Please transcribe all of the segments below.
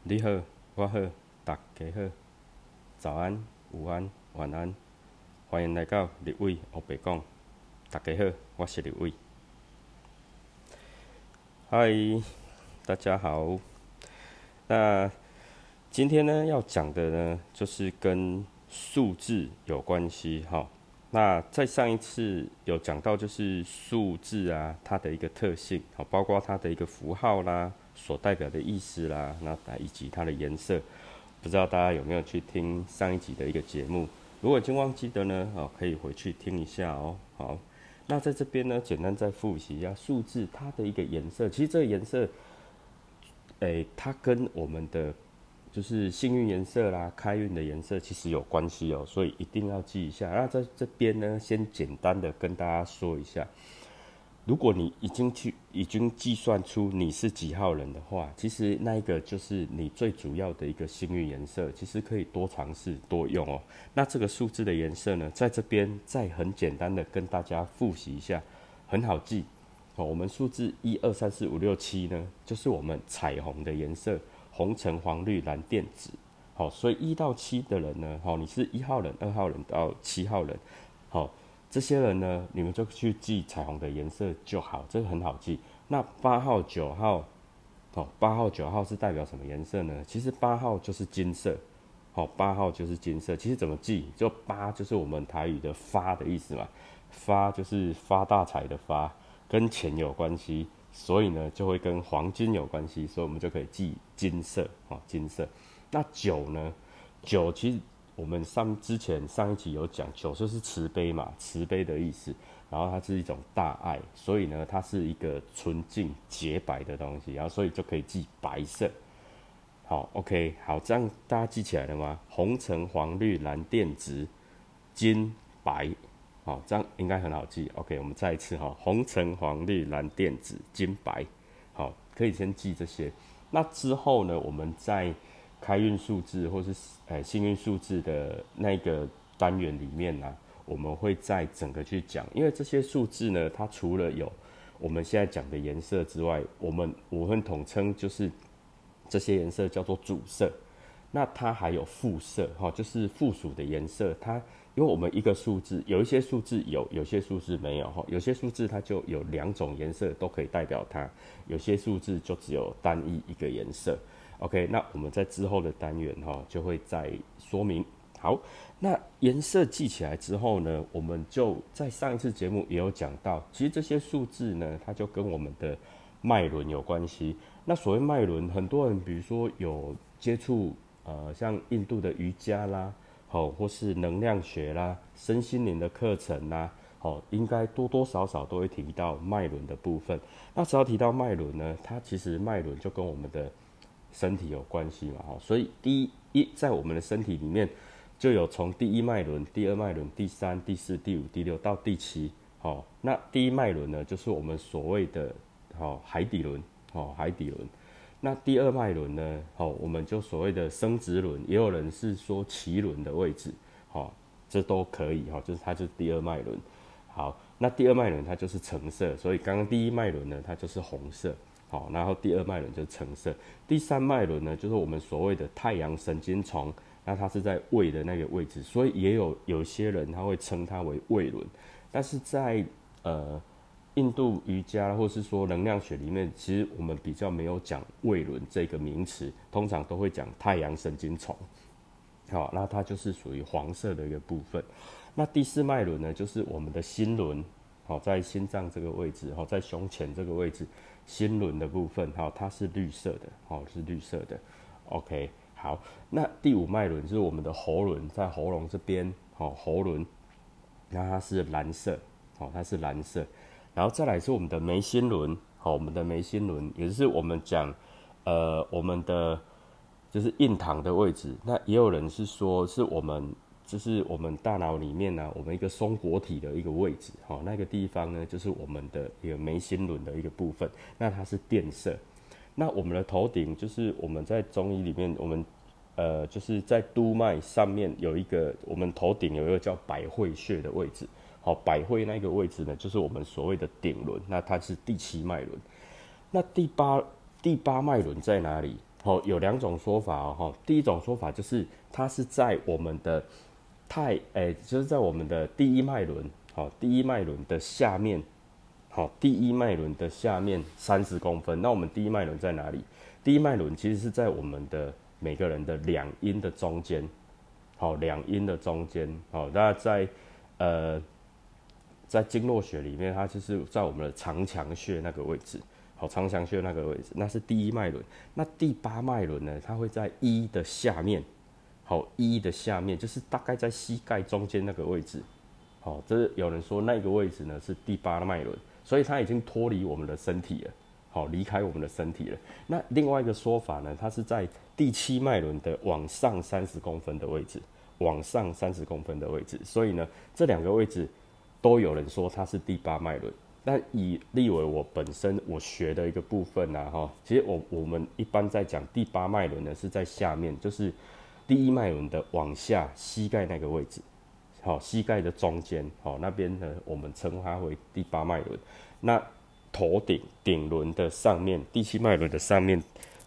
你好，我好，大家好，早安、午安、晚安，欢迎来到立伟黑白讲。大家好，我是立伟。嗨，大家好。那今天呢要讲的呢，就是跟数字有关系哈。那在上一次有讲到，就是数字啊，它的一个特性，好，包括它的一个符号啦，所代表的意思啦，那以及它的颜色。不知道大家有没有去听上一集的一个节目？如果已经忘记的呢，可以回去听一下哦。好，那在这边呢，简单再复习一下数字它的一个颜色。其实这个颜色，它跟我们的就是幸运颜色啦、开运的颜色其实有关系哦，所以一定要记一下。那在这边呢，先简单的跟大家说一下，如果你已经计算出你是几号人的话，其实那一个就是你最主要的一个幸运颜色，其实可以多尝试多用哦。那这个数字的颜色呢，在这边再很简单的跟大家复习一下，很好记。我们数字1、2、3、4、5、6、7呢，就是我们彩虹的颜色，红、橙、黄、绿、蓝、靛、紫。好，所以1到7的人呢，你是1号人、2号人到7号人，好，这些人呢，你们就去记彩虹的颜色就好，这个很好记。那8号、9号，8号、9号是代表什么颜色呢？其实8号就是金色，8号就是金色。其实怎么记？就8就是我们台语的发的意思嘛，发就是发大财的发。跟钱有关系，所以呢就会跟黄金有关系，所以我们就可以记金色，金色。那9呢？9其实我们之前上一集有讲，9就是慈悲嘛，慈悲的意思。然后它是一种大爱，所以呢它是一个纯净洁白的东西，然后所以就可以记白色。好 ，OK， 好，这样大家记起来了吗？红、橙、黄、绿、蓝、靛、紫、金、白。好，这样应该很好记。OK， 我们再一次哈，红、橙、黄、绿、蓝、靛、紫、金、白。好，可以先记这些。那之后呢，我们在开运数字或是幸运数字的那个单元里面呢，我们会再整个去讲，因为这些数字呢，它除了有我们现在讲的颜色之外，我会统称就是这些颜色叫做主色。那它还有副色，就是附属的颜色。它因为我们一个数字，有一些数字有些数字没有，有些数字它就有2种颜色都可以代表它，有些数字就只有单一一个颜色。OK， 那我们在之后的单元就会再说明。好，那颜色记起来之后呢，我们就在上一次节目也有讲到，其实这些数字呢，它就跟我们的脉轮有关系。那所谓脉轮，很多人比如说有接触像印度的瑜伽啦，或是能量学啦、身心灵的课程啦，应该多多少少都会提到脉轮的部分。那只要提到脉轮呢，它其实脉轮就跟我们的身体有关系嘛，所以在我们的身体里面就有从第一脉轮、第二脉轮、第三、第四、第五、第六到第7。那第一脉轮呢，就是我们所谓的海底轮，海底轮。那第二脉轮呢，我们就所谓的生殖轮，也有人是说脐轮的位置，这都可以，就是它就是第二脉轮。好，那第二脉轮它就是橙色，所以刚刚第一脉轮呢，它就是红色，然后第二脉轮就是橙色。第三脉轮呢，就是我们所谓的太阳神经丛，那它是在胃的那个位置，所以也有些人他会称它为胃轮，但是在印度瑜伽或是说能量学里面，其实我们比较没有讲胃轮这个名词，通常都会讲太阳神经丛。好，那它就是属于黄色的一个部分。那第四脉轮呢，就是我们的心轮，在心脏这个位置，在胸前这个位置，心轮的部分，它是绿色的，是绿色的。OK， 好，那第五脉轮就是我们的喉轮，在喉咙这边，喉轮，那它是蓝色，它是蓝色。然后再来是我们的眉心轮，我们的眉心轮也就是我们讲，我们的就是印堂的位置。那也有人是说是我们就是我们大脑里面呢，我们一个松果体的一个位置，那个地方呢就是我们的一个眉心轮的一个部分。那它是靛色。那我们的头顶就是我们在中医里面，我们就是在督脉上面有一个，我们头顶有一个叫百会穴的位置。百会那个位置呢，就是我们所谓的顶轮，那它是第7脉轮。那第八脉轮在哪里？ 有两种说法哦。第一种说法就是它是在我们的就是在我们的第一脉轮，第一脉轮的下面，第一脉轮的下面30公分。那我们第一脉轮在哪里？第一脉轮其实是在我们的每个人的两阴的中间，两阴的中间，那在经络学里面，它就是在我们的长强穴那个位置，长强穴那个位置，那是第一脉轮。那第8脉轮呢，它会在一的下面，一的下面就是大概在膝盖中间那个位置，这有人说那个位置呢是第8脉轮，所以它已经脱离我们的身体了，离开我们的身体了。那另外一个说法呢，它是在第7脉轮的往上30公分的位置，往上30公分的位置，所以呢，这两个位置都有人说它是第8脉轮。但以立委我本身我学的一个部分其实我们一般在讲第8脉轮呢是在下面，就是第1脉轮的往下膝盖那个位置，膝盖的中间，那边呢我们称它为第8脉轮。那头顶轮的上面，第7脉轮的上面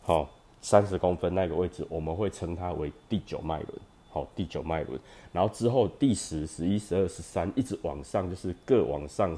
，30公分那个位置，我们会称它为第9脉轮，第9脉轮。然后之后第10、11、12、13一直往上，就是各往上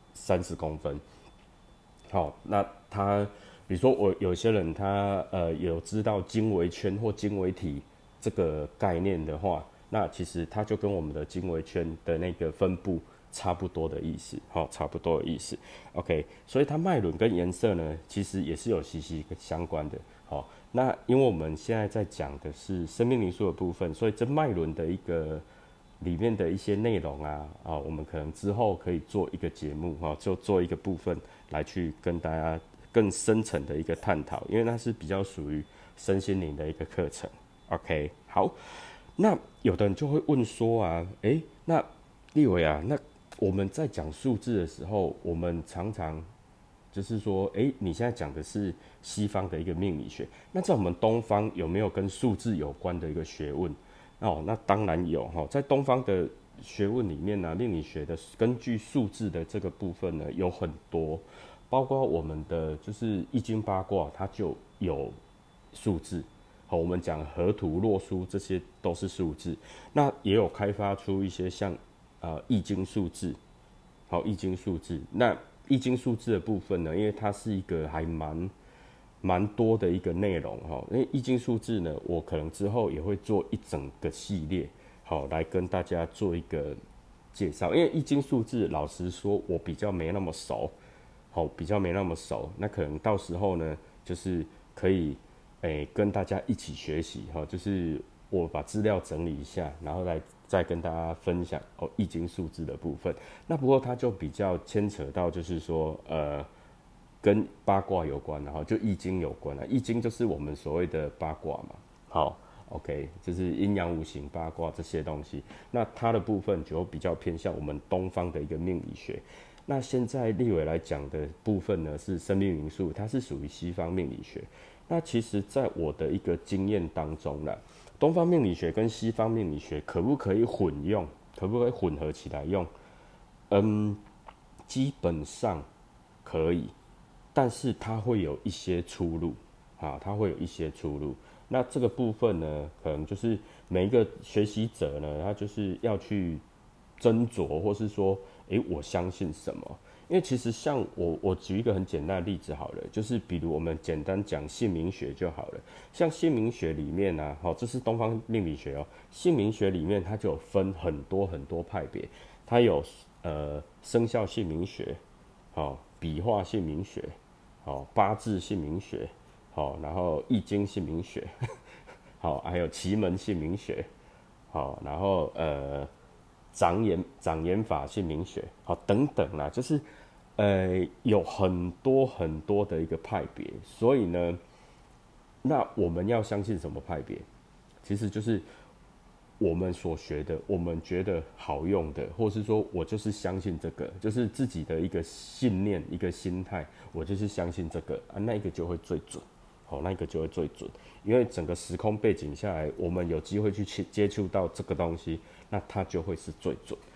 30公分。那它比如说我有些人他有知道经纬圈或经纬体这个概念的话，那其实它就跟我们的经纬圈的那个分布差不多的意思，差不多的意思。OK， 所以它脉轮跟颜色呢，其实也是有息息相关的。那因为我们现在在讲的是生命灵数的部分，所以这脉轮的一个里面的一些内容我们可能之后可以做一个节目就做一个部分来去跟大家更深层的一个探讨，因为那是比较属于身心灵的一个课程。OK， 好，那有的人就会问说那立伟那我们在讲数字的时候，我们常常就是说，你现在讲的是西方的一个命理学，那在我们东方有没有跟数字有关的一个学问？那当然有在东方的学问里面呢，命理学的根据数字的这个部分呢有很多，包括我们的就是易经八卦，它就有数字。我们讲河图洛书，这些都是数字。那也有开发出一些像易经数字，易经数字。那易经数字的部分呢，因为它是一个还蛮多的一个内容因为易经数字呢，我可能之后也会做一整个系列，来跟大家做一个介绍。因为易经数字，老实说，我比较没那么熟，比较没那么熟。那可能到时候呢，就是可以跟大家一起学习就是我把资料整理一下，然后再跟大家分享易经数字的部分。那不过它就比较牵扯到就是说跟八卦有关，然后就易经有关易经就是我们所谓的八卦嘛。OK， 就是阴阳五行八卦这些东西。那它的部分就比较偏向我们东方的一个命理学。那现在立伟来讲的部分呢，是生命灵数，它是属于西方命理学。那其实在我的一个经验当中啦，东方命理学跟西方命理学可不可以混用，可不可以混合起来用？基本上可以，但是它会有一些出入它会有一些出入。那这个部分呢，可能就是每一个学习者呢，他就是要去斟酌，或是说我相信什么。因为其实像我举一个很简单的例子好了，就是比如我们简单讲姓名学就好了。像姓名学里面这是东方命理学姓名学里面它就有分很多很多派别，它有生肖姓名学，笔画姓名学，八字姓名学，然后易经姓名学，还有奇门姓名学，然后长眼法姓名学，等等啦，就是有很多很多的一个派别。所以呢，那我们要相信什么派别？其实就是我们所学的，我们觉得好用的，或是说我就是相信这个，就是自己的一个信念、一个心态，我就是相信这个那一个就会最准。那个就会最准，因为整个时空背景下来，我们有机会去接触到这个东西，那它就会是最准。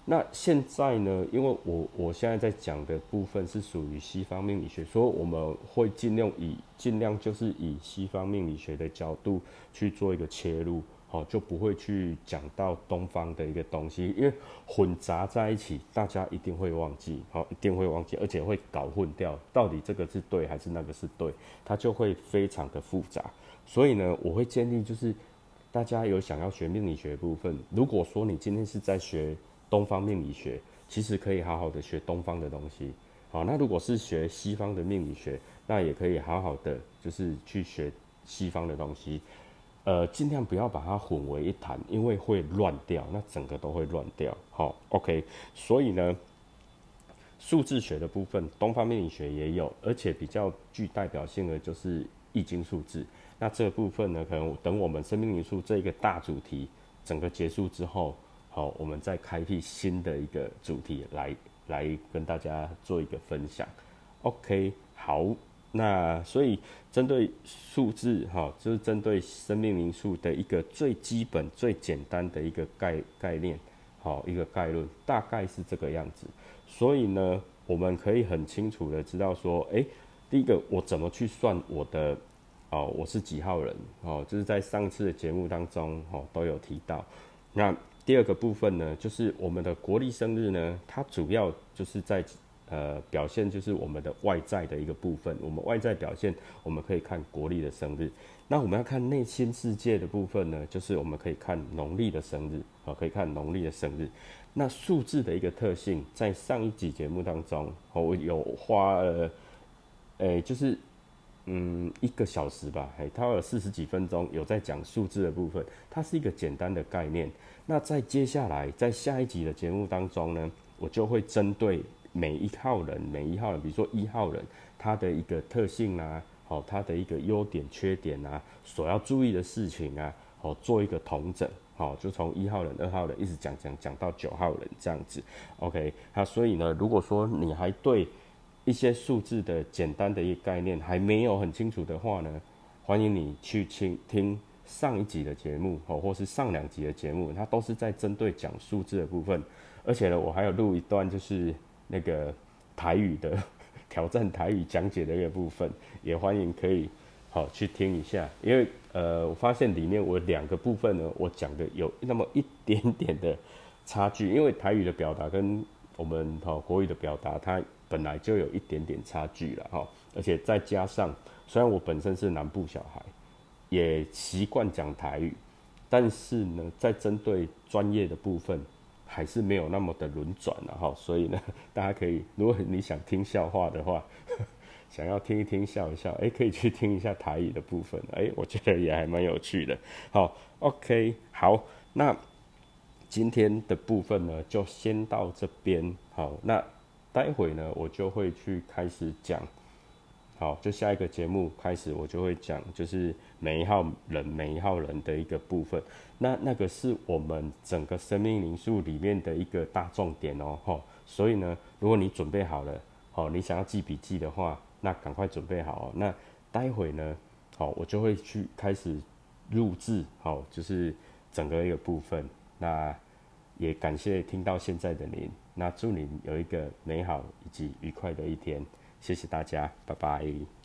那现在呢，因为我现在在讲的部分是属于西方命理学，所以我们会尽量就是以西方命理学的角度去做一个切入，好，就不会去讲到东方的一个东西，因为混杂在一起，大家一定会忘记，好，一定会忘记，而且会搞混掉，到底这个是对还是那个是对，它就会非常的复杂。所以呢，我会建议就是大家有想要学命理学的部分，如果说你今天是在学东方命理学，其实可以好好的学东方的东西。好，那如果是学西方的命理学，那也可以好好的就是去学西方的东西。尽量不要把它混为一谈，因为会乱掉，那整个都会乱掉。好，OK，所以呢，数字学的部分，东方命理学也有，而且比较具代表性的就是易经数字。那这个部分呢，可能等我们生命灵数这一个大主题整个结束之后，好，我们再开辟新的一个主题来跟大家做一个分享。OK， 好，那所以针对数字，就是针对生命灵数的一个最基本、最简单的一个概念，好，一个概论，大概是这个样子。所以呢，我们可以很清楚的知道说，第一个我怎么去算我的。我是几号人就是在上次的节目当中都有提到。那第二个部分呢，就是我们的国历生日呢，它主要就是在表现就是我们的外在的一个部分。我们外在表现，我们可以看国历的生日。那我们要看内心世界的部分呢，就是我们可以看农历的生日可以看农历的生日。那数字的一个特性，在上一集节目当中，我有花了就是1个小时吧，它有40几分钟有在讲数字的部分，它是一个简单的概念。那在接下来，在下一集的节目当中呢，我就会针对每一号人，比如说1号人，他的一个特性啊，他的一个优点、缺点啊，所要注意的事情啊，做一个统整，就从1号人、2号人一直讲到9号人这样子。OK， 所以呢，如果说你还对一些数字的简单的一个概念还没有很清楚的话呢，欢迎你去听上一集的节目或是上2集的节目，它都是在针对讲数字的部分。而且呢，我还有录一段就是那个台语的挑战台语讲解的一个部分，也欢迎可以去听一下。因为我发现里面我2个部分呢，我讲的有那么一点点的差距，因为台语的表达跟我们国语的表达，它本来就有一点点差距了而且再加上，虽然我本身是南部小孩，也习惯讲台语，但是呢，在针对专业的部分，还是没有那么的轮转所以呢，大家可以，如果你想听笑话的话，想要听一听笑一笑，可以去听一下台语的部分，我觉得也还蛮有趣的。好 ，OK， 好，那今天的部分呢，就先到这边。好，那待会呢，我就会去开始讲。好，就下一个节目开始，我就会讲，就是每一号人的一个部分。那个是我们整个生命灵数里面的一个大重点所以呢，如果你准备好了，你想要记笔记的话，那赶快准备好那待会呢，我就会去开始录制，就是整个一个部分。那也感谢听到现在的您，那祝您有一个美好以及愉快的一天，谢谢大家，拜拜。